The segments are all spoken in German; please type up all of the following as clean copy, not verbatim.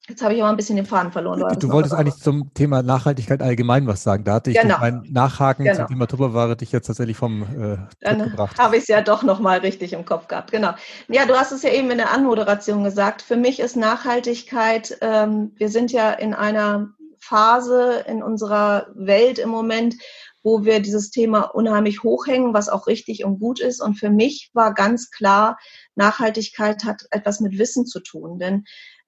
Jetzt habe ich aber ein bisschen den Faden verloren. Du hattest Du noch was wolltest eigentlich anderes. zum Thema Nachhaltigkeit allgemein was sagen. Da hatte ich durch Genau, mein Nachhaken zum genau. Thema Tupperware dich jetzt tatsächlich vom Trip Dann gebracht. habe ich es ja doch nochmal richtig im Kopf gehabt. Genau. Ja, du hast es ja eben in der Anmoderation gesagt. Für mich ist Nachhaltigkeit, wir sind ja in einer Phase in unserer Welt im Moment, wo wir dieses Thema unheimlich hochhängen, was auch richtig und gut ist. Und für mich war ganz klar, Nachhaltigkeit hat etwas mit Wissen zu tun. Denn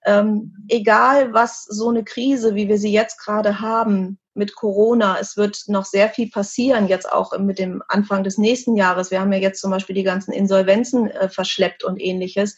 egal was so eine Krise, wie wir sie jetzt gerade haben, mit Corona, es wird noch sehr viel passieren, jetzt auch mit dem Anfang des nächsten Jahres. Wir haben ja jetzt zum Beispiel die ganzen Insolvenzen verschleppt und ähnliches.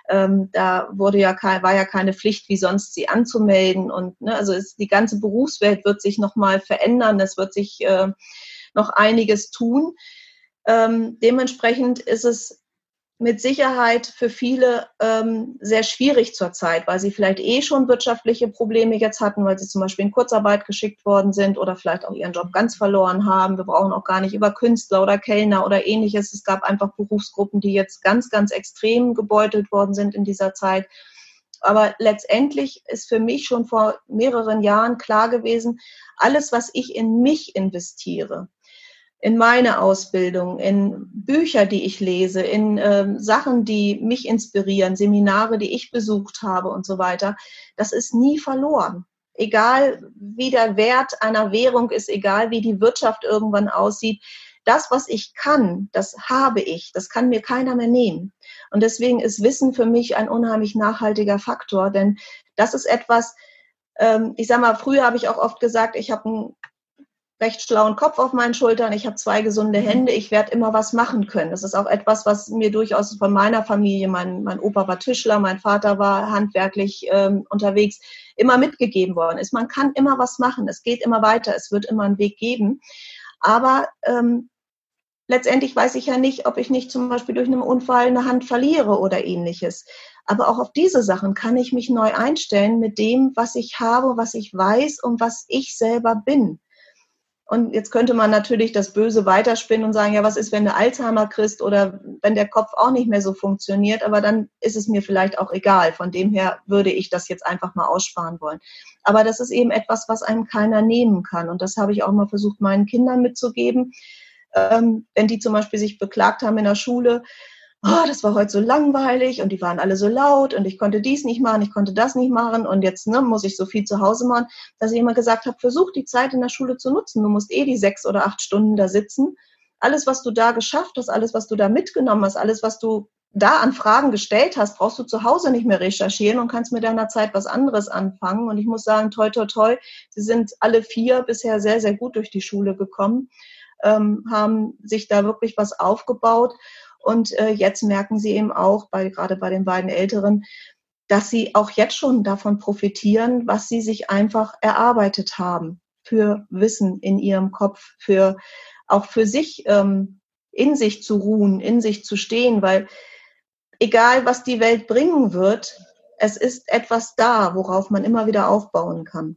Da war ja keine Pflicht, wie sonst sie anzumelden. Und also die ganze Berufswelt wird sich nochmal verändern. Es wird sich noch einiges tun. Dementsprechend ist es mit Sicherheit für viele sehr schwierig zurzeit, weil sie vielleicht schon wirtschaftliche Probleme jetzt hatten, weil sie zum Beispiel in Kurzarbeit geschickt worden sind oder vielleicht auch ihren Job ganz verloren haben. Wir brauchen auch gar nicht über Künstler oder Kellner oder ähnliches. Es gab einfach Berufsgruppen, die jetzt ganz, ganz extrem gebeutelt worden sind in dieser Zeit. Aber letztendlich ist für mich schon vor mehreren Jahren klar gewesen, alles, was ich in mich investiere, in meine Ausbildung, in Bücher, die ich lese, in Sachen, die mich inspirieren, Seminare, die ich besucht habe und so weiter, das ist nie verloren. Egal wie der Wert einer Währung ist, egal wie die Wirtschaft irgendwann aussieht, das, was ich kann, das habe ich, das kann mir keiner mehr nehmen. Und deswegen ist Wissen für mich ein unheimlich nachhaltiger Faktor, denn das ist etwas, ich sag mal, früher habe ich auch oft gesagt, ich habe einen recht schlauen Kopf auf meinen Schultern, ich habe 2 gesunde Hände, ich werde immer was machen können. Das ist auch etwas, was mir durchaus von meiner Familie, mein Opa war Tischler, mein Vater war handwerklich unterwegs, immer mitgegeben worden ist. Man kann immer was machen, es geht immer weiter, es wird immer einen Weg geben. Aber letztendlich weiß ich ja nicht, ob ich nicht zum Beispiel durch einen Unfall eine Hand verliere oder ähnliches. Aber auch auf diese Sachen kann ich mich neu einstellen mit dem, was ich habe, was ich weiß und was ich selber bin. Und jetzt könnte man natürlich das Böse weiterspinnen und sagen, ja, was ist, wenn du Alzheimer kriegst oder wenn der Kopf auch nicht mehr so funktioniert, aber dann ist es mir vielleicht auch egal. Von dem her würde ich das jetzt einfach mal aussparen wollen. Aber das ist eben etwas, was einem keiner nehmen kann. Und das habe ich auch mal versucht, meinen Kindern mitzugeben. Wenn die zum Beispiel sich beklagt haben in der Schule, oh, das war heute so langweilig und die waren alle so laut und ich konnte dies nicht machen, ich konnte das nicht machen und jetzt muss ich so viel zu Hause machen, dass ich immer gesagt habe, versuch die Zeit in der Schule zu nutzen. Du musst die 6 oder 8 Stunden da sitzen. Alles, was du da geschafft hast, alles, was du da mitgenommen hast, alles, was du da an Fragen gestellt hast, brauchst du zu Hause nicht mehr recherchieren und kannst mit deiner Zeit was anderes anfangen. Und ich muss sagen, toi, toi, toi, sie sind alle 4 bisher sehr, sehr gut durch die Schule gekommen, haben sich da wirklich was aufgebaut. Und jetzt merken sie eben auch, gerade bei den beiden Älteren, dass sie auch jetzt schon davon profitieren, was sie sich einfach erarbeitet haben für Wissen in ihrem Kopf, auch für sich in sich zu ruhen, in sich zu stehen, weil egal, was die Welt bringen wird, es ist etwas da, worauf man immer wieder aufbauen kann.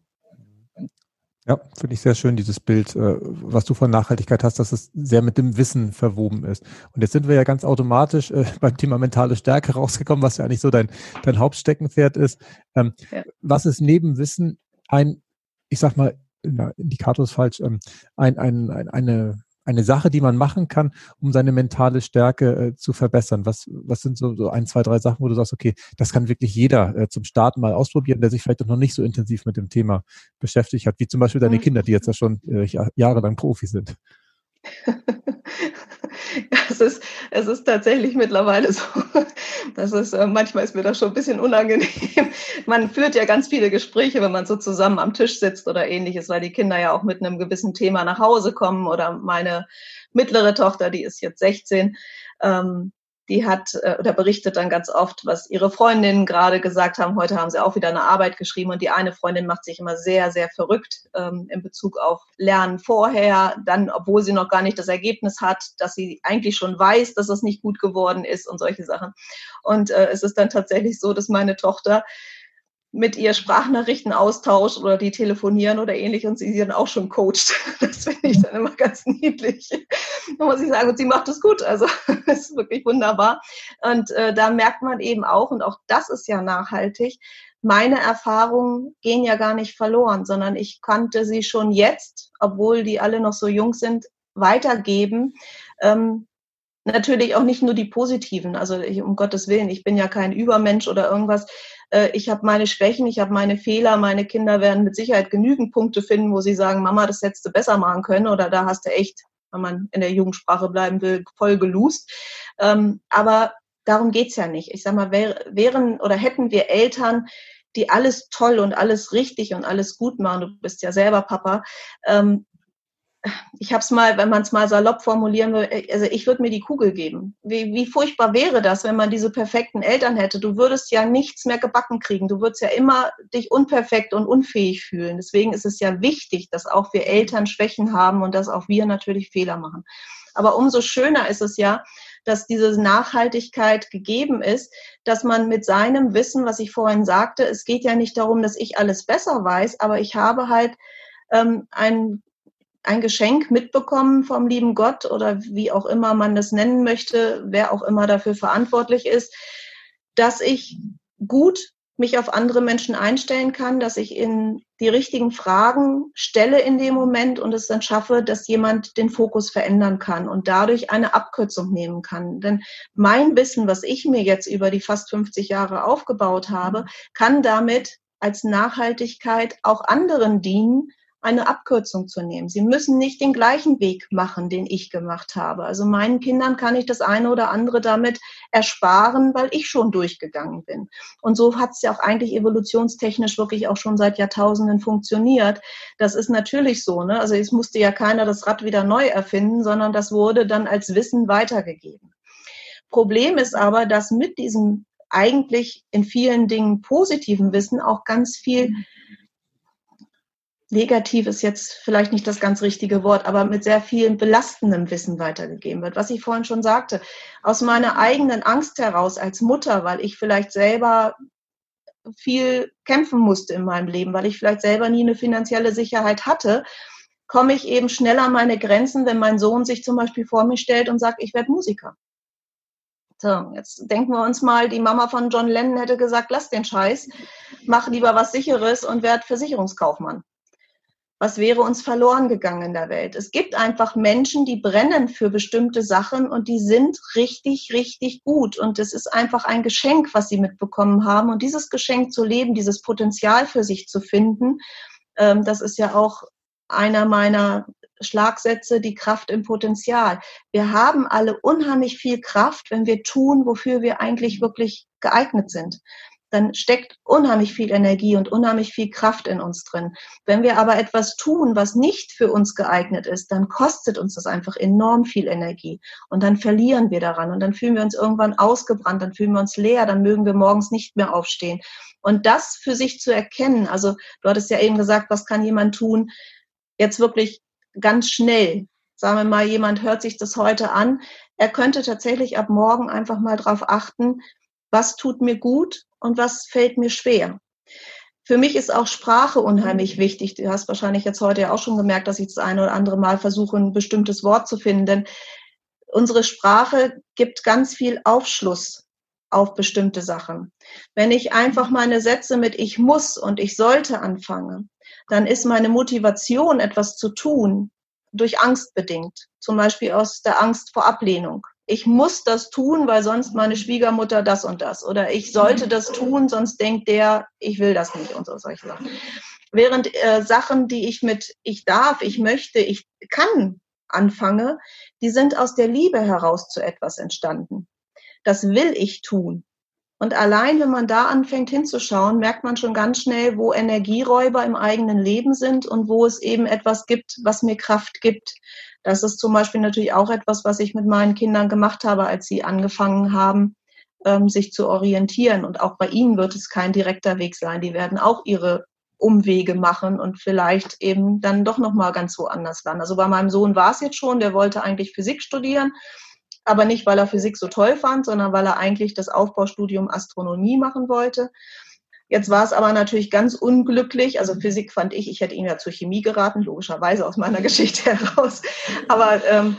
Ja, finde ich sehr schön, dieses Bild, was du von Nachhaltigkeit hast, dass es sehr mit dem Wissen verwoben ist. Und jetzt sind wir ja ganz automatisch beim Thema mentale Stärke rausgekommen, was ja eigentlich so dein Hauptsteckenpferd ist. Ja. Was ist neben Wissen ich sag mal, Indikator ist falsch, eine Sache, die man machen kann, um seine mentale Stärke zu verbessern? Was sind so 1, 2, 3 Sachen, wo du sagst, okay, das kann wirklich jeder zum Starten mal ausprobieren, der sich vielleicht noch nicht so intensiv mit dem Thema beschäftigt hat, wie zum Beispiel deine Kinder, die jetzt ja schon jahrelang Profi sind? Es ist tatsächlich mittlerweile so, manchmal ist mir das schon ein bisschen unangenehm. Man führt ja ganz viele Gespräche, wenn man so zusammen am Tisch sitzt oder ähnliches, weil die Kinder ja auch mit einem gewissen Thema nach Hause kommen oder meine mittlere Tochter, die ist jetzt 16, die hat oder berichtet dann ganz oft, was ihre Freundinnen gerade gesagt haben. Heute haben sie auch wieder eine Arbeit geschrieben und die eine Freundin macht sich immer sehr, sehr verrückt in Bezug auf Lernen vorher, dann, obwohl sie noch gar nicht das Ergebnis hat, dass sie eigentlich schon weiß, dass es nicht gut geworden ist und solche Sachen. Und es ist dann tatsächlich so, dass meine Tochter mit ihr Sprachnachrichten austauscht oder die telefonieren oder ähnlich und sie dann auch schon coacht. Das finde ich dann immer ganz niedlich. Da muss ich sagen, und sie macht es gut. Also es ist wirklich wunderbar. Und da merkt man eben auch, und auch das ist ja nachhaltig, meine Erfahrungen gehen ja gar nicht verloren, sondern ich konnte sie schon jetzt, obwohl die alle noch so jung sind, weitergeben. Natürlich auch nicht nur die positiven, also um Gottes Willen, ich bin ja kein Übermensch oder irgendwas. Ich habe meine Schwächen, ich habe meine Fehler, meine Kinder werden mit Sicherheit genügend Punkte finden, wo sie sagen, Mama, das hättest du besser machen können oder da hast du echt, wenn man in der Jugendsprache bleiben will, voll geloost. Aber darum geht's ja nicht. Ich sag mal, wären oder hätten wir Eltern, die alles toll und alles richtig und alles gut machen, du bist ja selber Papa, ich habe es mal, wenn man es mal salopp formulieren will, also ich würde mir die Kugel geben. Wie furchtbar wäre das, wenn man diese perfekten Eltern hätte? Du würdest ja nichts mehr gebacken kriegen. Du würdest ja immer dich unperfekt und unfähig fühlen. Deswegen ist es ja wichtig, dass auch wir Eltern Schwächen haben und dass auch wir natürlich Fehler machen. Aber umso schöner ist es ja, dass diese Nachhaltigkeit gegeben ist, dass man mit seinem Wissen, was ich vorhin sagte, es geht ja nicht darum, dass ich alles besser weiß, aber ich habe halt ein Geschenk mitbekommen vom lieben Gott oder wie auch immer man das nennen möchte, wer auch immer dafür verantwortlich ist, dass ich gut mich auf andere Menschen einstellen kann, dass ich in die richtigen Fragen stelle in dem Moment und es dann schaffe, dass jemand den Fokus verändern kann und dadurch eine Abkürzung nehmen kann. Denn mein Wissen, was ich mir jetzt über die fast 50 Jahre aufgebaut habe, kann damit als Nachhaltigkeit auch anderen dienen, eine Abkürzung zu nehmen. Sie müssen nicht den gleichen Weg machen, den ich gemacht habe. Also meinen Kindern kann ich das eine oder andere damit ersparen, weil ich schon durchgegangen bin. Und so hat es ja auch eigentlich evolutionstechnisch wirklich auch schon seit Jahrtausenden funktioniert. Das ist natürlich so, ne? Also es musste ja keiner das Rad wieder neu erfinden, sondern das wurde dann als Wissen weitergegeben. Problem ist aber, dass mit diesem eigentlich in vielen Dingen positiven Wissen auch ganz viel negativ ist jetzt vielleicht nicht das ganz richtige Wort, aber mit sehr viel belastendem Wissen weitergegeben wird. Was ich vorhin schon sagte, aus meiner eigenen Angst heraus als Mutter, weil ich vielleicht selber viel kämpfen musste in meinem Leben, weil ich vielleicht selber nie eine finanzielle Sicherheit hatte, komme ich eben schneller an meine Grenzen, wenn mein Sohn sich zum Beispiel vor mir stellt und sagt, ich werde Musiker. So, jetzt denken wir uns mal, die Mama von John Lennon hätte gesagt, lass den Scheiß, mach lieber was Sicheres und werd Versicherungskaufmann. Was wäre uns verloren gegangen in der Welt? Es gibt einfach Menschen, die brennen für bestimmte Sachen und die sind richtig, richtig gut. Und es ist einfach ein Geschenk, was sie mitbekommen haben. Und dieses Geschenk zu leben, dieses Potenzial für sich zu finden, das ist ja auch einer meiner Schlagsätze, die Kraft im Potenzial. Wir haben alle unheimlich viel Kraft, wenn wir tun, wofür wir eigentlich wirklich geeignet sind. Dann steckt unheimlich viel Energie und unheimlich viel Kraft in uns drin. Wenn wir aber etwas tun, was nicht für uns geeignet ist, dann kostet uns das einfach enorm viel Energie. Und dann verlieren wir daran und dann fühlen wir uns irgendwann ausgebrannt, dann fühlen wir uns leer, dann mögen wir morgens nicht mehr aufstehen. Und das für sich zu erkennen, also du hattest ja eben gesagt, was kann jemand tun, jetzt wirklich ganz schnell. Sagen wir mal, jemand hört sich das heute an, er könnte tatsächlich ab morgen einfach mal drauf achten, was tut mir gut und was fällt mir schwer. Für mich ist auch Sprache unheimlich wichtig. Du hast wahrscheinlich jetzt heute ja auch schon gemerkt, dass ich das eine oder andere Mal versuche, ein bestimmtes Wort zu finden. Denn unsere Sprache gibt ganz viel Aufschluss auf bestimmte Sachen. Wenn ich einfach meine Sätze mit ich muss und ich sollte anfange, dann ist meine Motivation, etwas zu tun, durch Angst bedingt. Zum Beispiel aus der Angst vor Ablehnung. Ich muss das tun, weil sonst meine Schwiegermutter das und das. Oder ich sollte das tun, sonst denkt der, ich will das nicht und so solche Sachen. Während Sachen, die ich mit ich darf, ich möchte, ich kann anfange, die sind aus der Liebe heraus zu etwas entstanden. Das will ich tun. Und allein, wenn man da anfängt hinzuschauen, merkt man schon ganz schnell, wo Energieräuber im eigenen Leben sind und wo es eben etwas gibt, was mir Kraft gibt. Das ist zum Beispiel natürlich auch etwas, was ich mit meinen Kindern gemacht habe, als sie angefangen haben, sich zu orientieren. Und auch bei ihnen wird es kein direkter Weg sein. Die werden auch ihre Umwege machen und vielleicht eben dann doch nochmal ganz woanders landen. Also bei meinem Sohn war es jetzt schon, der wollte eigentlich Physik studieren, aber nicht, weil er Physik so toll fand, sondern weil er eigentlich das Aufbaustudium Astronomie machen wollte. Jetzt war es aber natürlich ganz unglücklich. Also Physik fand ich hätte ihm ja zur Chemie geraten, logischerweise aus meiner Geschichte heraus. Aber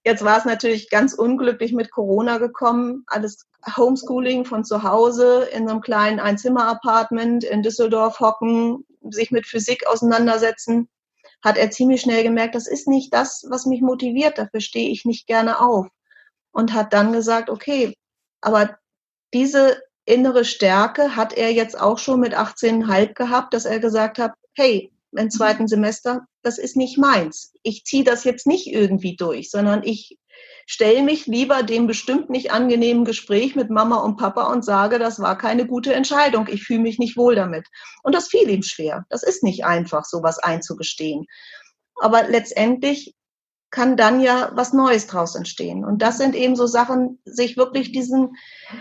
Jetzt war es natürlich ganz unglücklich mit Corona gekommen. Alles Homeschooling von zu Hause in einem kleinen Einzimmer-Apartment in Düsseldorf hocken, sich mit Physik auseinandersetzen. Hat er ziemlich schnell gemerkt, das ist nicht das, was mich motiviert. Dafür stehe ich nicht gerne auf. Und hat dann gesagt, okay, aber diese innere Stärke hat er jetzt auch schon mit 18,5 gehabt, dass er gesagt hat, hey, im zweiten Semester, das ist nicht meins. Ich ziehe das jetzt nicht irgendwie durch, sondern ich stelle mich lieber dem bestimmt nicht angenehmen Gespräch mit Mama und Papa und sage, das war keine gute Entscheidung. Ich fühle mich nicht wohl damit. Und das fiel ihm schwer. Das ist nicht einfach, sowas einzugestehen. Aber letztendlich kann dann ja was Neues draus entstehen. Und das sind eben so Sachen, sich wirklich diesen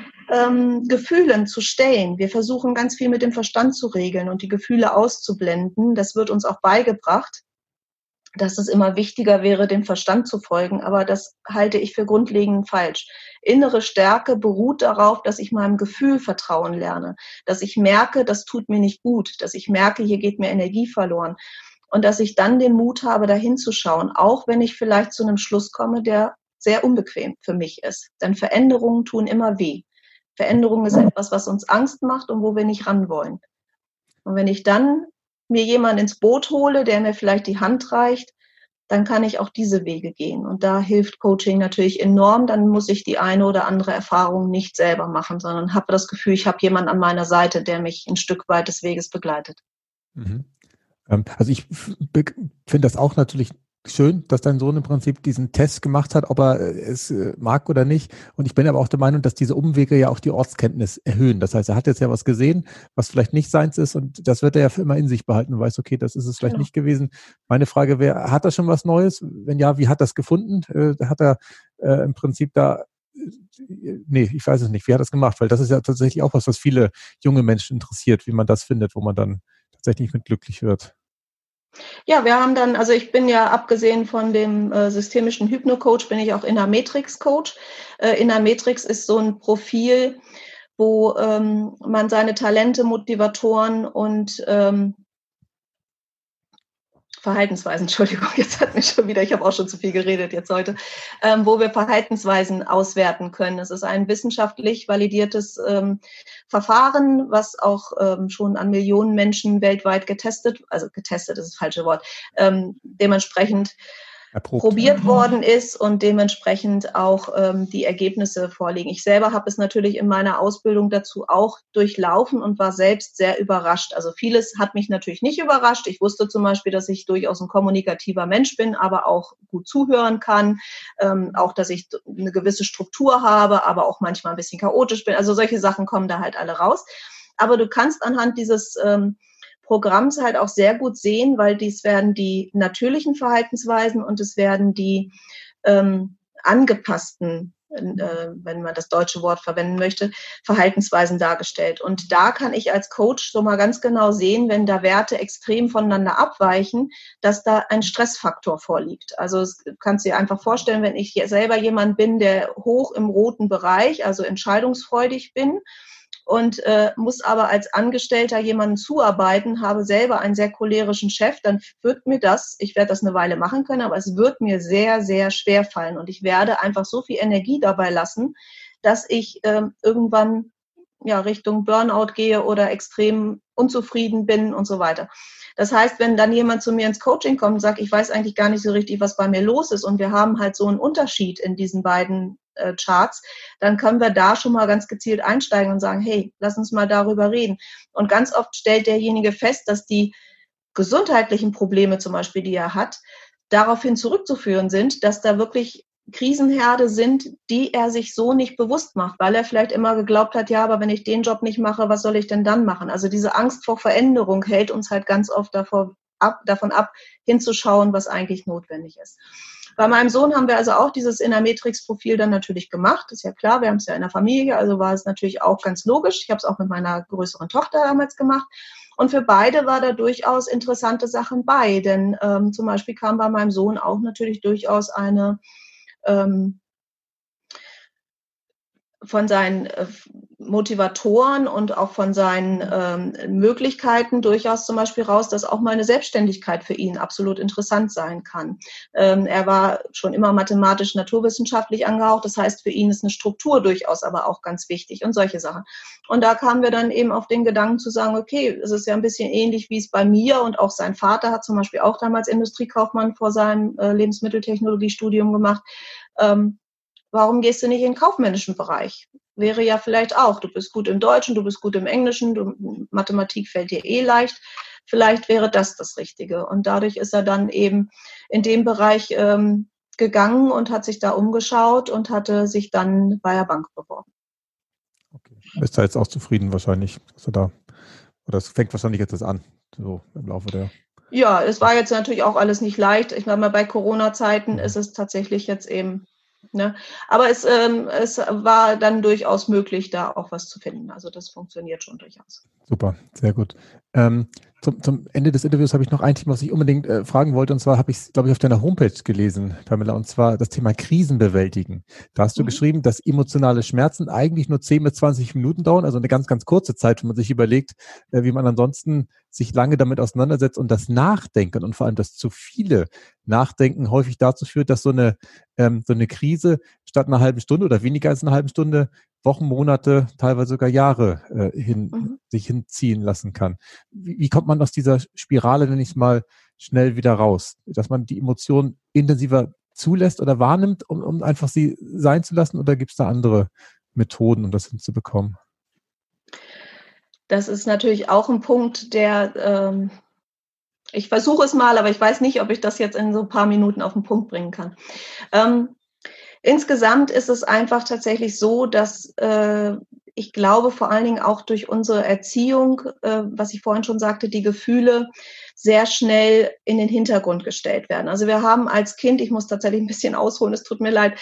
Gefühlen zu stellen. Wir versuchen ganz viel mit dem Verstand zu regeln und die Gefühle auszublenden. Das wird uns auch beigebracht, dass es immer wichtiger wäre, dem Verstand zu folgen. Aber das halte ich für grundlegend falsch. Innere Stärke beruht darauf, dass ich meinem Gefühl vertrauen lerne, dass ich merke, das tut mir nicht gut, dass ich merke, hier geht mir Energie verloren. Und dass ich dann den Mut habe, da hinzuschauen, auch wenn ich vielleicht zu einem Schluss komme, der sehr unbequem für mich ist. Denn Veränderungen tun immer weh. Veränderung ist etwas, was uns Angst macht und wo wir nicht ran wollen. Und wenn ich dann mir jemanden ins Boot hole, der mir vielleicht die Hand reicht, dann kann ich auch diese Wege gehen. Und da hilft Coaching natürlich enorm. Dann muss ich die eine oder andere Erfahrung nicht selber machen, sondern habe das Gefühl, ich habe jemanden an meiner Seite, der mich ein Stück weit des Weges begleitet. Mhm. Also ich finde das auch natürlich schön, dass dein Sohn im Prinzip diesen Test gemacht hat, ob er es mag oder nicht. Und ich bin aber auch der Meinung, dass diese Umwege ja auch die Ortskenntnis erhöhen. Das heißt, er hat jetzt ja was gesehen, was vielleicht nicht seins ist, und das wird er ja für immer in sich behalten und weiß, okay, das ist es vielleicht nicht gewesen. Meine Frage wäre, hat er schon was Neues? Wenn ja, wie hat er es gefunden? Hat er im Prinzip da nee, ich weiß es nicht. Wie hat er es gemacht? Weil das ist ja tatsächlich auch was viele junge Menschen interessiert, wie man das findet, wo man dann tatsächlich mit glücklich wird. Ja, wir haben dann, also ich bin ja abgesehen von dem systemischen Hypno-Coach, bin ich auch Innermetrix-Coach. Innermetrix ist so ein Profil, wo man seine Talente, Motivatoren und Verhaltensweisen, Entschuldigung, jetzt hat mich schon wieder, ich habe auch schon zu viel geredet jetzt heute, wo wir Verhaltensweisen auswerten können. Es ist ein wissenschaftlich validiertes Verfahren, was auch schon an Millionen Menschen weltweit getestet ist das falsche Wort, dementsprechend probiert worden ist und dementsprechend auch die Ergebnisse vorliegen. Ich selber habe es natürlich in meiner Ausbildung dazu auch durchlaufen und war selbst sehr überrascht. Also vieles hat mich natürlich nicht überrascht. Ich wusste zum Beispiel, dass ich durchaus ein kommunikativer Mensch bin, aber auch gut zuhören kann, auch, dass ich eine gewisse Struktur habe, aber auch manchmal ein bisschen chaotisch bin. Also solche Sachen kommen da halt alle raus. Aber du kannst anhand dieses Programms halt auch sehr gut sehen, weil dies werden die natürlichen Verhaltensweisen und es werden die angepassten, wenn man das deutsche Wort verwenden möchte, Verhaltensweisen dargestellt. Und da kann ich als Coach so mal ganz genau sehen, wenn da Werte extrem voneinander abweichen, dass da ein Stressfaktor vorliegt. Also es kannst du dir einfach vorstellen, wenn ich selber jemand bin, der hoch im roten Bereich, also entscheidungsfreudig bin, und muss aber als Angestellter jemanden zuarbeiten, habe selber einen sehr cholerischen Chef, dann wird mir ich werde das eine Weile machen können, aber es wird mir sehr, sehr schwer fallen und ich werde einfach so viel Energie dabei lassen, dass ich irgendwann ja Richtung Burnout gehe oder extrem unzufrieden bin und so weiter. Das heißt, wenn dann jemand zu mir ins Coaching kommt und sagt, ich weiß eigentlich gar nicht so richtig, was bei mir los ist und wir haben halt so einen Unterschied in diesen beiden Charts, dann können wir da schon mal ganz gezielt einsteigen und sagen, hey, lass uns mal darüber reden. Und ganz oft stellt derjenige fest, dass die gesundheitlichen Probleme zum Beispiel, die er hat, daraufhin zurückzuführen sind, dass da wirklich Krisenherde sind, die er sich so nicht bewusst macht, weil er vielleicht immer geglaubt hat, ja, aber wenn ich den Job nicht mache, was soll ich denn dann machen? Also diese Angst vor Veränderung hält uns halt ganz oft davon ab, hinzuschauen, was eigentlich notwendig ist. Bei meinem Sohn haben wir also auch dieses Innermetrix-Profil dann natürlich gemacht. Ist ja klar, wir haben es ja in der Familie, also war es natürlich auch ganz logisch. Ich habe es auch mit meiner größeren Tochter damals gemacht. Und für beide war da durchaus interessante Sachen bei, denn zum Beispiel kam bei meinem Sohn auch natürlich durchaus eine von seinen Motivatoren und auch von seinen Möglichkeiten durchaus zum Beispiel raus, dass auch mal eine Selbstständigkeit für ihn absolut interessant sein kann. Er war schon immer mathematisch-naturwissenschaftlich angehaucht. Das heißt, für ihn ist eine Struktur durchaus aber auch ganz wichtig und solche Sachen. Und da kamen wir dann eben auf den Gedanken zu sagen, okay, es ist ja ein bisschen ähnlich, wie es bei mir und auch sein Vater hat zum Beispiel auch damals Industriekaufmann vor seinem Lebensmitteltechnologiestudium gemacht. Warum gehst du nicht in den kaufmännischen Bereich? Wäre ja vielleicht auch, du bist gut im Deutschen, du bist gut im Englischen, Mathematik fällt dir leicht. Vielleicht wäre das Richtige. Und dadurch ist er dann eben in dem Bereich gegangen und hat sich da umgeschaut und hatte sich dann bei der Bank beworben. Okay. Ist er jetzt auch zufrieden wahrscheinlich, dass er da, oder es fängt wahrscheinlich jetzt an, so im Laufe der... Ja, es war jetzt natürlich auch alles nicht leicht. Ich meine, bei Corona-Zeiten ist es tatsächlich jetzt eben, ne? Aber es war dann durchaus möglich, da auch was zu finden. Also das funktioniert schon durchaus. Super, sehr gut. Zum Ende des Interviews habe ich noch ein Thema, was ich unbedingt fragen wollte. Und zwar habe ich es, glaube ich, auf deiner Homepage gelesen, Pamela, und zwar das Thema Krisen bewältigen. Da hast du geschrieben, dass emotionale Schmerzen eigentlich nur 10 bis 20 Minuten dauern, also eine ganz, ganz kurze Zeit, wenn man sich überlegt, wie man ansonsten sich lange damit auseinandersetzt und das Nachdenken und vor allem das zu viele Nachdenken häufig dazu führt, dass so eine Krise statt einer halben Stunde oder weniger als einer halben Stunde Wochen, Monate, teilweise sogar Jahre sich hinziehen lassen kann. Wie kommt man aus dieser Spirale, nenne ich es mal, schnell wieder raus? Dass man die Emotionen intensiver zulässt oder wahrnimmt, um einfach sie sein zu lassen? Oder gibt es da andere Methoden, um das hinzubekommen? Das ist natürlich auch ein Punkt, der, ich versuche es mal, aber ich weiß nicht, ob ich das jetzt in so ein paar Minuten auf den Punkt bringen kann. Insgesamt ist es einfach tatsächlich so, dass ich glaube, vor allen Dingen auch durch unsere Erziehung, was ich vorhin schon sagte, die Gefühle sehr schnell in den Hintergrund gestellt werden. Also wir haben als Kind, ich muss tatsächlich ein bisschen ausholen, es tut mir leid,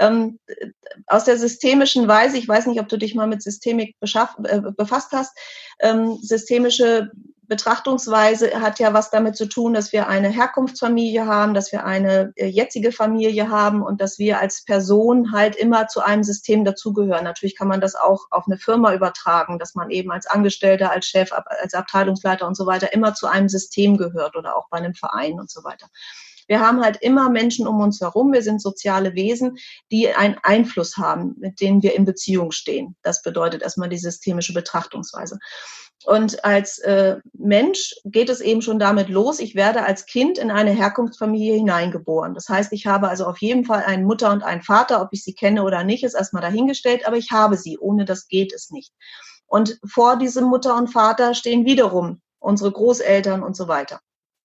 aus der systemischen Weise, ich weiß nicht, ob du dich mal mit Systemik befasst hast, systemische Betrachtungsweise hat ja was damit zu tun, dass wir eine Herkunftsfamilie haben, dass wir eine jetzige Familie haben und dass wir als Person halt immer zu einem System dazugehören. Natürlich kann man das auch auf eine Firma übertragen, dass man eben als Angestellter, als Chef, als Abteilungsleiter und so weiter immer zu einem System gehört oder auch bei einem Verein und so weiter. Wir haben halt immer Menschen um uns herum. Wir sind soziale Wesen, die einen Einfluss haben, mit denen wir in Beziehung stehen. Das bedeutet erstmal die systemische Betrachtungsweise. Und als Mensch geht es eben schon damit los, ich werde als Kind in eine Herkunftsfamilie hineingeboren. Das heißt, ich habe also auf jeden Fall eine Mutter und einen Vater, ob ich sie kenne oder nicht, ist erstmal dahingestellt, aber ich habe sie. Ohne das geht es nicht. Und vor diesem Mutter und Vater stehen wiederum unsere Großeltern und so weiter.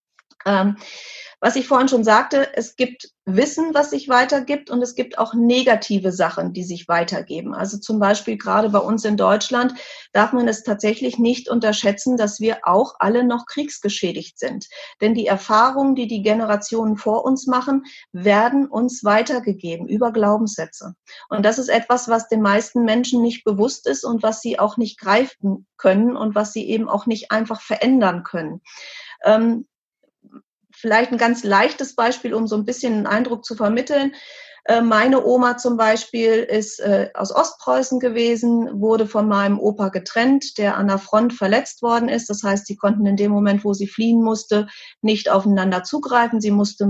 Was ich vorhin schon sagte, es gibt Wissen, was sich weitergibt und es gibt auch negative Sachen, die sich weitergeben. Also zum Beispiel gerade bei uns in Deutschland darf man es tatsächlich nicht unterschätzen, dass wir auch alle noch kriegsgeschädigt sind. Denn die Erfahrungen, die die Generationen vor uns machen, werden uns weitergegeben über Glaubenssätze. Und das ist etwas, was den meisten Menschen nicht bewusst ist und was sie auch nicht greifen können und was sie eben auch nicht einfach verändern können. Vielleicht ein ganz leichtes Beispiel, um so ein bisschen einen Eindruck zu vermitteln. Meine Oma zum Beispiel ist aus Ostpreußen gewesen, wurde von meinem Opa getrennt, der an der Front verletzt worden ist. Das heißt, sie konnten in dem Moment, wo sie fliehen musste, nicht aufeinander zugreifen. Sie musste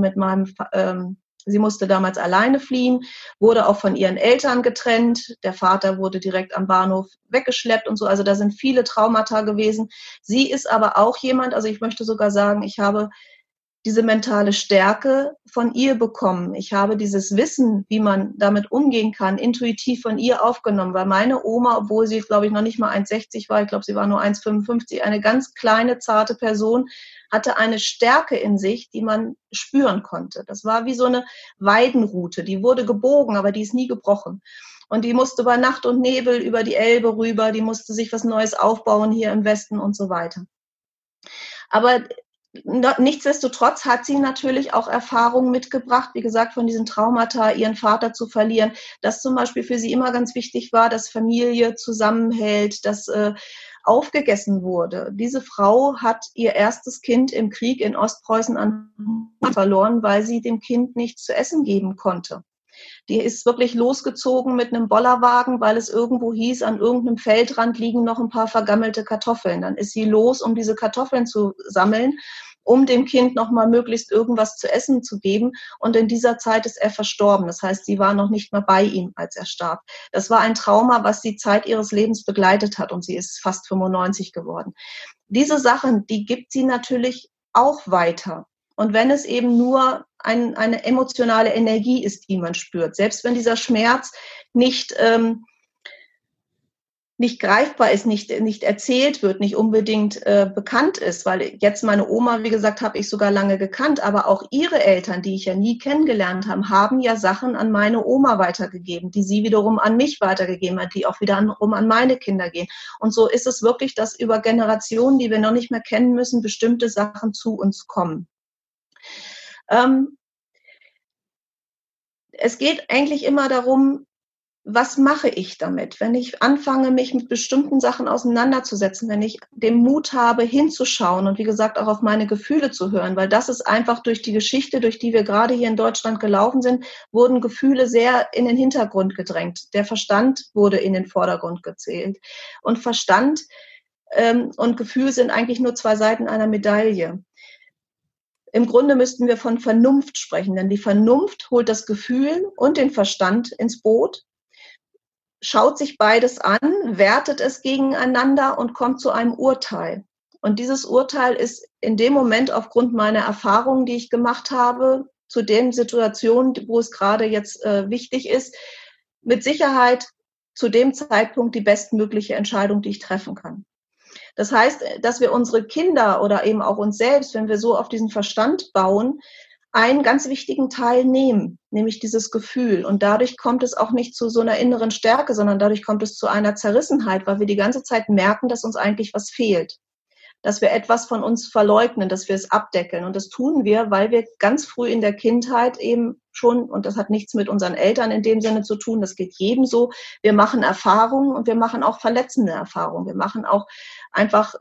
damals alleine fliehen, wurde auch von ihren Eltern getrennt. Der Vater wurde direkt am Bahnhof weggeschleppt und so. Also da sind viele Traumata gewesen. Sie ist aber auch jemand, also ich möchte sogar sagen, ich habe diese mentale Stärke von ihr bekommen. Ich habe dieses Wissen, wie man damit umgehen kann, intuitiv von ihr aufgenommen, weil meine Oma, obwohl sie, glaube ich, noch nicht mal 1,60 war, ich glaube, sie war nur 1,55, eine ganz kleine, zarte Person, hatte eine Stärke in sich, die man spüren konnte. Das war wie so eine Weidenrute, die wurde gebogen, aber die ist nie gebrochen. Und die musste bei Nacht und Nebel über die Elbe rüber, die musste sich was Neues aufbauen hier im Westen und so weiter. Aber nichtsdestotrotz hat sie natürlich auch Erfahrungen mitgebracht, wie gesagt, von diesen Traumata, ihren Vater zu verlieren, das zum Beispiel für sie immer ganz wichtig war, dass Familie zusammenhält, dass aufgegessen wurde. Diese Frau hat ihr erstes Kind im Krieg in Ostpreußen an Hunger verloren, weil sie dem Kind nichts zu essen geben konnte. Die ist wirklich losgezogen mit einem Bollerwagen, weil es irgendwo hieß, an irgendeinem Feldrand liegen noch ein paar vergammelte Kartoffeln. Dann ist sie los, um diese Kartoffeln zu sammeln, um dem Kind noch mal möglichst irgendwas zu essen zu geben. Und in dieser Zeit ist er verstorben. Das heißt, sie war noch nicht mehr bei ihm, als er starb. Das war ein Trauma, was die Zeit ihres Lebens begleitet hat. Und sie ist fast 95 geworden. Diese Sachen, die gibt sie natürlich auch weiter. Und wenn es eben nur eine emotionale Energie ist, die man spürt, selbst wenn dieser Schmerz nicht greifbar ist, nicht erzählt wird, nicht unbedingt bekannt ist, weil jetzt meine Oma, wie gesagt, habe ich sogar lange gekannt, aber auch ihre Eltern, die ich ja nie kennengelernt habe, haben ja Sachen an meine Oma weitergegeben, die sie wiederum an mich weitergegeben hat, die auch wiederum an meine Kinder gehen. Und so ist es wirklich, dass über Generationen, die wir noch nicht mehr kennen müssen, bestimmte Sachen zu uns kommen. Es geht eigentlich immer darum, was mache ich damit? Wenn ich anfange, mich mit bestimmten Sachen auseinanderzusetzen, wenn ich den Mut habe, hinzuschauen und wie gesagt auch auf meine Gefühle zu hören, weil das ist einfach durch die Geschichte, durch die wir gerade hier in Deutschland gelaufen sind, wurden Gefühle sehr in den Hintergrund gedrängt. Der Verstand wurde in den Vordergrund gezählt. Und Verstand und Gefühl sind eigentlich nur zwei Seiten einer Medaille. Im Grunde müssten wir von Vernunft sprechen, denn die Vernunft holt das Gefühl und den Verstand ins Boot, schaut sich beides an, wertet es gegeneinander und kommt zu einem Urteil. Und dieses Urteil ist in dem Moment aufgrund meiner Erfahrungen, die ich gemacht habe, zu den Situationen, wo es gerade jetzt wichtig ist, mit Sicherheit zu dem Zeitpunkt die bestmögliche Entscheidung, die ich treffen kann. Das heißt, dass wir unsere Kinder oder eben auch uns selbst, wenn wir so auf diesen Verstand bauen, einen ganz wichtigen Teil nehmen, nämlich dieses Gefühl. Und dadurch kommt es auch nicht zu so einer inneren Stärke, sondern dadurch kommt es zu einer Zerrissenheit, weil wir die ganze Zeit merken, dass uns eigentlich was fehlt. Dass wir etwas von uns verleugnen, dass wir es abdeckeln. Und das tun wir, weil wir ganz früh in der Kindheit eben schon, und das hat nichts mit unseren Eltern in dem Sinne zu tun, das geht jedem so, wir machen Erfahrungen und wir machen auch verletzende Erfahrungen. Wir machen auch einfach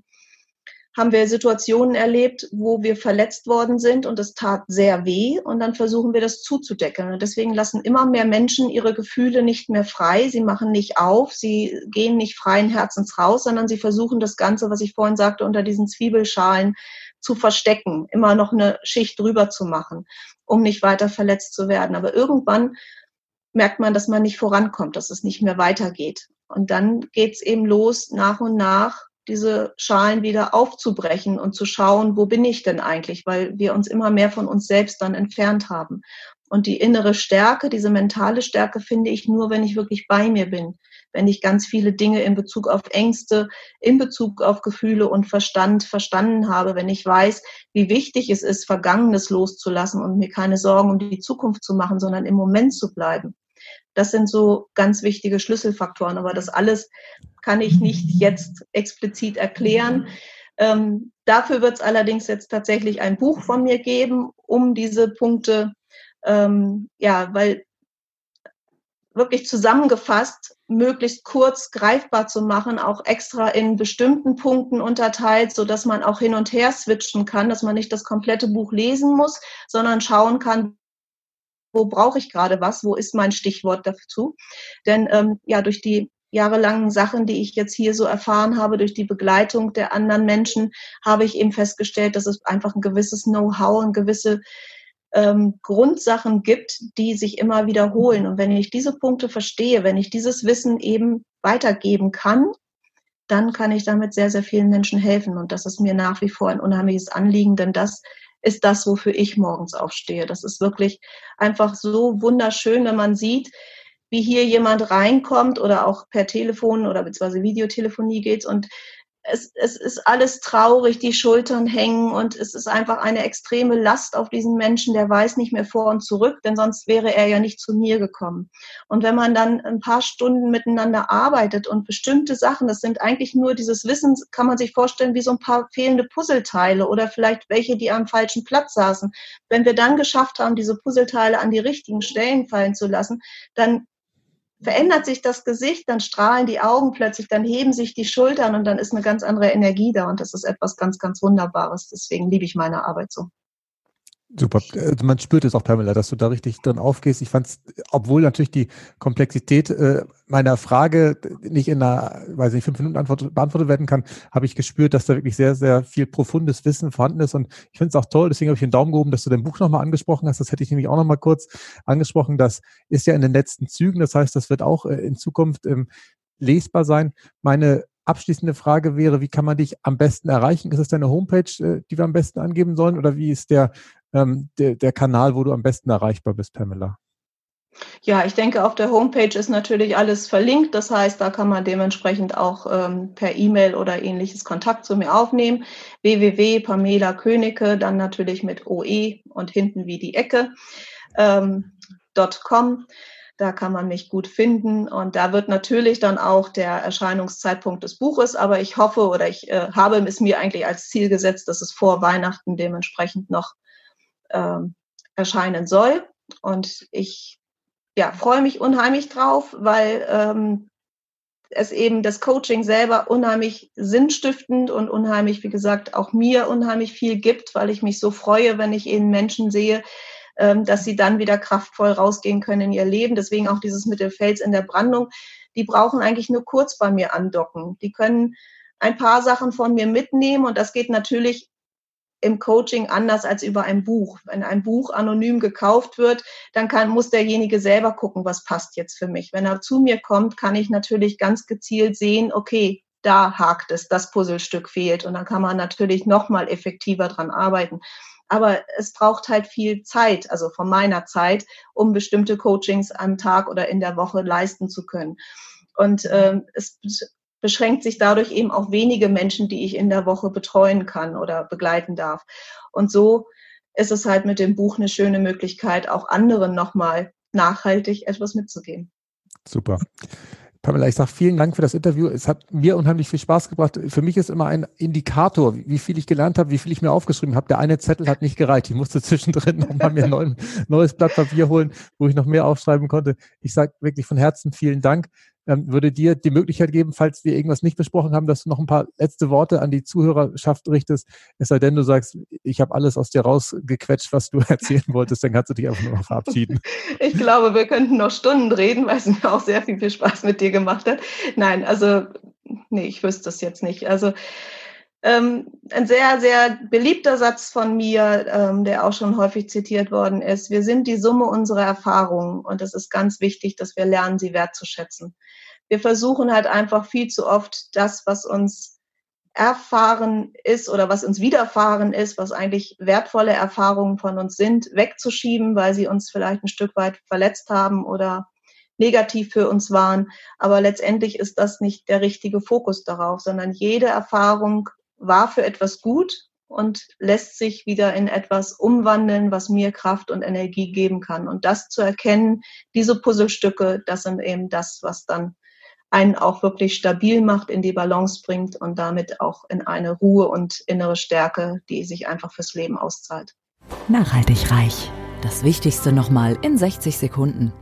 haben wir Situationen erlebt, wo wir verletzt worden sind und es tat sehr weh und dann versuchen wir das zuzudeckeln. Und deswegen lassen immer mehr Menschen ihre Gefühle nicht mehr frei, sie machen nicht auf, sie gehen nicht freien Herzens raus, sondern sie versuchen das Ganze, was ich vorhin sagte, unter diesen Zwiebelschalen zu verstecken, immer noch eine Schicht drüber zu machen, um nicht weiter verletzt zu werden. Aber irgendwann merkt man, dass man nicht vorankommt, dass es nicht mehr weitergeht. Und dann geht's eben los, nach und nach diese Schalen wieder aufzubrechen und zu schauen, wo bin ich denn eigentlich, weil wir uns immer mehr von uns selbst dann entfernt haben. Und die innere Stärke, diese mentale Stärke finde ich nur, wenn ich wirklich bei mir bin, wenn ich ganz viele Dinge in Bezug auf Ängste, in Bezug auf Gefühle und Verstand verstanden habe, wenn ich weiß, wie wichtig es ist, Vergangenes loszulassen und mir keine Sorgen um die Zukunft zu machen, sondern im Moment zu bleiben. Das sind so ganz wichtige Schlüsselfaktoren, aber das alles kann ich nicht jetzt explizit erklären. Dafür wird es allerdings jetzt tatsächlich ein Buch von mir geben, um diese Punkte, weil wirklich zusammengefasst, möglichst kurz greifbar zu machen, auch extra in bestimmten Punkten unterteilt, so dass man auch hin und her switchen kann, dass man nicht das komplette Buch lesen muss, sondern schauen kann, wo brauche ich gerade was, wo ist mein Stichwort dazu. Denn durch die jahrelangen Sachen, die ich jetzt hier so erfahren habe, durch die Begleitung der anderen Menschen, habe ich eben festgestellt, dass es einfach ein gewisses Know-how, ein gewisse Grundsachen gibt, die sich immer wiederholen. Und wenn ich diese Punkte verstehe, wenn ich dieses Wissen eben weitergeben kann, dann kann ich damit sehr, sehr vielen Menschen helfen. Und das ist mir nach wie vor ein unheimliches Anliegen, denn das ist das, wofür ich morgens aufstehe. Das ist wirklich einfach so wunderschön, wenn man sieht, wie hier jemand reinkommt oder auch per Telefon oder beziehungsweise Videotelefonie geht und es ist alles traurig, die Schultern hängen und es ist einfach eine extreme Last auf diesen Menschen, der weiß nicht mehr vor und zurück, denn sonst wäre er ja nicht zu mir gekommen. Und wenn man dann ein paar Stunden miteinander arbeitet und bestimmte Sachen, das sind eigentlich nur dieses Wissen, kann man sich vorstellen, wie so ein paar fehlende Puzzleteile oder vielleicht welche, die am falschen Platz saßen. Wenn wir dann geschafft haben, diese Puzzleteile an die richtigen Stellen fallen zu lassen, dann verändert sich das Gesicht, dann strahlen die Augen plötzlich, dann heben sich die Schultern und dann ist eine ganz andere Energie da und das ist etwas ganz, ganz Wunderbares. Deswegen liebe ich meine Arbeit so. Super. Also man spürt es auch, Pamela, dass du da richtig drin aufgehst. Ich fand es, obwohl natürlich die Komplexität meiner Frage nicht in einer, weiß nicht, 5 Minuten Antwort beantwortet werden kann, habe ich gespürt, dass da wirklich sehr, sehr viel profundes Wissen vorhanden ist. Und ich finde es auch toll, deswegen habe ich den Daumen gehoben, dass du dein Buch nochmal angesprochen hast. Das hätte ich nämlich auch nochmal kurz angesprochen. Das ist ja in den letzten Zügen. Das heißt, das wird auch in Zukunft lesbar sein. Meine abschließende Frage wäre, wie kann man dich am besten erreichen? Ist es deine Homepage, die wir am besten angeben sollen? Oder wie ist der Kanal, wo du am besten erreichbar bist, Pamela? Ja, ich denke, auf der Homepage ist natürlich alles verlinkt. Das heißt, da kann man dementsprechend auch per E-Mail oder ähnliches Kontakt zu mir aufnehmen. www.pamela-königke, dann natürlich mit OE und hinten wie die Ecke, .com. Da kann man mich gut finden. Und da wird natürlich dann auch der Erscheinungszeitpunkt des Buches, aber ich hoffe oder ich habe es mir eigentlich als Ziel gesetzt, dass es vor Weihnachten dementsprechend noch erscheinen soll. Und ich freue mich unheimlich drauf, weil es eben das Coaching selber unheimlich sinnstiftend und unheimlich, wie gesagt, auch mir unheimlich viel gibt, weil ich mich so freue, wenn ich eben Menschen sehe, dass sie dann wieder kraftvoll rausgehen können in ihr Leben. Deswegen auch dieses mit dem Fels in der Brandung. Die brauchen eigentlich nur kurz bei mir andocken. Die können ein paar Sachen von mir mitnehmen und das geht natürlich im Coaching anders als über ein Buch. Wenn ein Buch anonym gekauft wird, dann muss derjenige selber gucken, was passt jetzt für mich. Wenn er zu mir kommt, kann ich natürlich ganz gezielt sehen, okay, da hakt es, das Puzzlestück fehlt. Und dann kann man natürlich noch mal effektiver dran arbeiten. Aber es braucht halt viel Zeit, also von meiner Zeit, um bestimmte Coachings am Tag oder in der Woche leisten zu können. Und es beschränkt sich dadurch eben auf wenige Menschen, die ich in der Woche betreuen kann oder begleiten darf. Und so ist es halt mit dem Buch eine schöne Möglichkeit, auch anderen nochmal nachhaltig etwas mitzugeben. Super. Pamela, ich sage vielen Dank für das Interview. Es hat mir unheimlich viel Spaß gebracht. Für mich ist immer ein Indikator, wie viel ich gelernt habe, wie viel ich mir aufgeschrieben habe. Der eine Zettel hat nicht gereicht. Ich musste zwischendrin nochmal mir ein neues Blatt Papier holen, wo ich noch mehr aufschreiben konnte. Ich sage wirklich von Herzen vielen Dank. Würde dir die Möglichkeit geben, falls wir irgendwas nicht besprochen haben, dass du noch ein paar letzte Worte an die Zuhörerschaft richtest. Es sei denn, du sagst, ich habe alles aus dir rausgequetscht, was du erzählen wolltest, dann kannst du dich einfach nur noch verabschieden. Ich glaube, wir könnten noch Stunden reden, weil es mir auch sehr viel Spaß mit dir gemacht hat. Nein, also, nee, ich wüsste es jetzt nicht. Also, ein sehr, sehr beliebter Satz von mir, der auch schon häufig zitiert worden ist. Wir sind die Summe unserer Erfahrungen und es ist ganz wichtig, dass wir lernen, sie wertzuschätzen. Wir versuchen halt einfach viel zu oft das, was uns erfahren ist oder was uns widerfahren ist, was eigentlich wertvolle Erfahrungen von uns sind, wegzuschieben, weil sie uns vielleicht ein Stück weit verletzt haben oder negativ für uns waren. Aber letztendlich ist das nicht der richtige Fokus darauf, sondern jede Erfahrung war für etwas gut und lässt sich wieder in etwas umwandeln, was mir Kraft und Energie geben kann. Und das zu erkennen, diese Puzzlestücke, das sind eben das, was dann einen auch wirklich stabil macht, in die Balance bringt und damit auch in eine Ruhe und innere Stärke, die sich einfach fürs Leben auszahlt. Nachhaltig reich. Das Wichtigste nochmal in 60 Sekunden.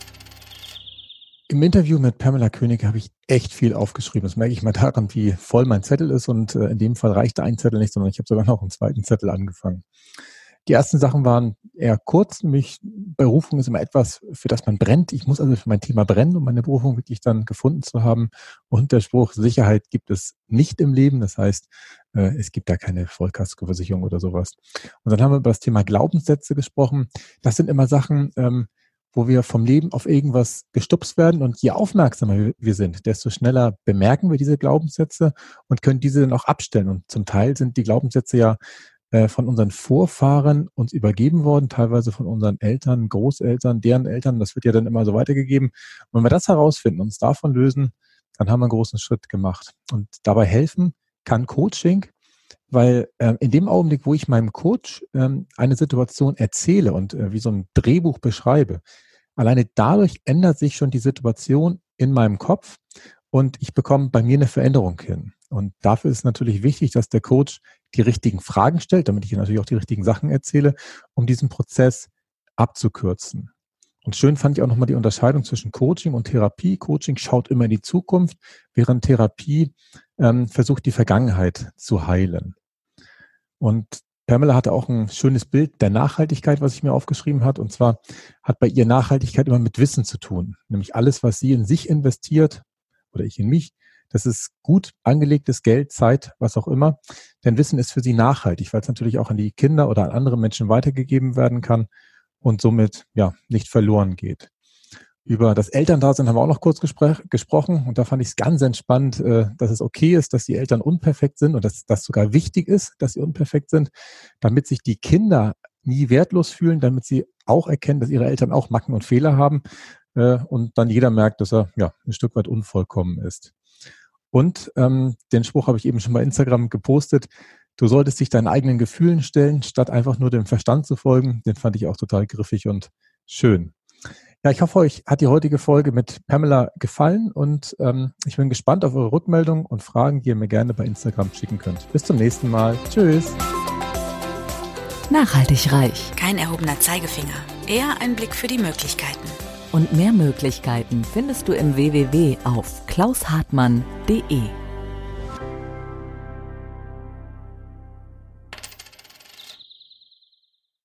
Im Interview mit Pamela König habe ich echt viel aufgeschrieben. Das merke ich mal daran, wie voll mein Zettel ist. Und in dem Fall reichte ein Zettel nicht, sondern ich habe sogar noch einen zweiten Zettel angefangen. Die ersten Sachen waren eher kurz, nämlich Berufung ist immer etwas, für das man brennt. Ich muss also für mein Thema brennen, um meine Berufung wirklich dann gefunden zu haben. Und der Spruch, Sicherheit gibt es nicht im Leben. Das heißt, es gibt da keine Vollkaskoversicherung oder sowas. Und dann haben wir über das Thema Glaubenssätze gesprochen. Das sind immer Sachen, wo wir vom Leben auf irgendwas gestupst werden. Und je aufmerksamer wir sind, desto schneller bemerken wir diese Glaubenssätze und können diese dann auch abstellen. Und zum Teil sind die Glaubenssätze ja von unseren Vorfahren uns übergeben worden, teilweise von unseren Eltern, Großeltern, deren Eltern. Das wird ja dann immer so weitergegeben. Und wenn wir das herausfinden, uns davon lösen, dann haben wir einen großen Schritt gemacht. Und dabei helfen kann Coaching, weil in dem Augenblick, wo ich meinem Coach eine Situation erzähle und wie so ein Drehbuch beschreibe, alleine dadurch ändert sich schon die Situation in meinem Kopf und ich bekomme bei mir eine Veränderung hin. Und dafür ist natürlich wichtig, dass der Coach die richtigen Fragen stellt, damit ich natürlich auch die richtigen Sachen erzähle, um diesen Prozess abzukürzen. Und schön fand ich auch nochmal die Unterscheidung zwischen Coaching und Therapie. Coaching schaut immer in die Zukunft, während Therapie versucht, die Vergangenheit zu heilen. Und Pamela hatte auch ein schönes Bild der Nachhaltigkeit, was ich mir aufgeschrieben habe. Und zwar hat bei ihr Nachhaltigkeit immer mit Wissen zu tun. Nämlich alles, was sie in sich investiert oder ich in mich, das ist gut angelegtes Geld, Zeit, was auch immer. Denn Wissen ist für sie nachhaltig, weil es natürlich auch an die Kinder oder an andere Menschen weitergegeben werden kann und somit nicht verloren geht. Über das Elterndasein haben wir auch noch kurz gesprochen und da fand ich es ganz entspannt, dass es okay ist, dass die Eltern unperfekt sind und dass das sogar wichtig ist, dass sie unperfekt sind, damit sich die Kinder nie wertlos fühlen, damit sie auch erkennen, dass ihre Eltern auch Macken und Fehler haben und dann jeder merkt, dass er ein Stück weit unvollkommen ist. Und den Spruch habe ich eben schon bei Instagram gepostet, du solltest dich deinen eigenen Gefühlen stellen, statt einfach nur dem Verstand zu folgen. Den fand ich auch total griffig und schön. Ja, ich hoffe, euch hat die heutige Folge mit Pamela gefallen und ich bin gespannt auf eure Rückmeldungen und Fragen, die ihr mir gerne bei Instagram schicken könnt. Bis zum nächsten Mal. Tschüss. Nachhaltig reich. Kein erhobener Zeigefinger, eher ein Blick für die Möglichkeiten. Und mehr Möglichkeiten findest du im www auf klaushartmann.de.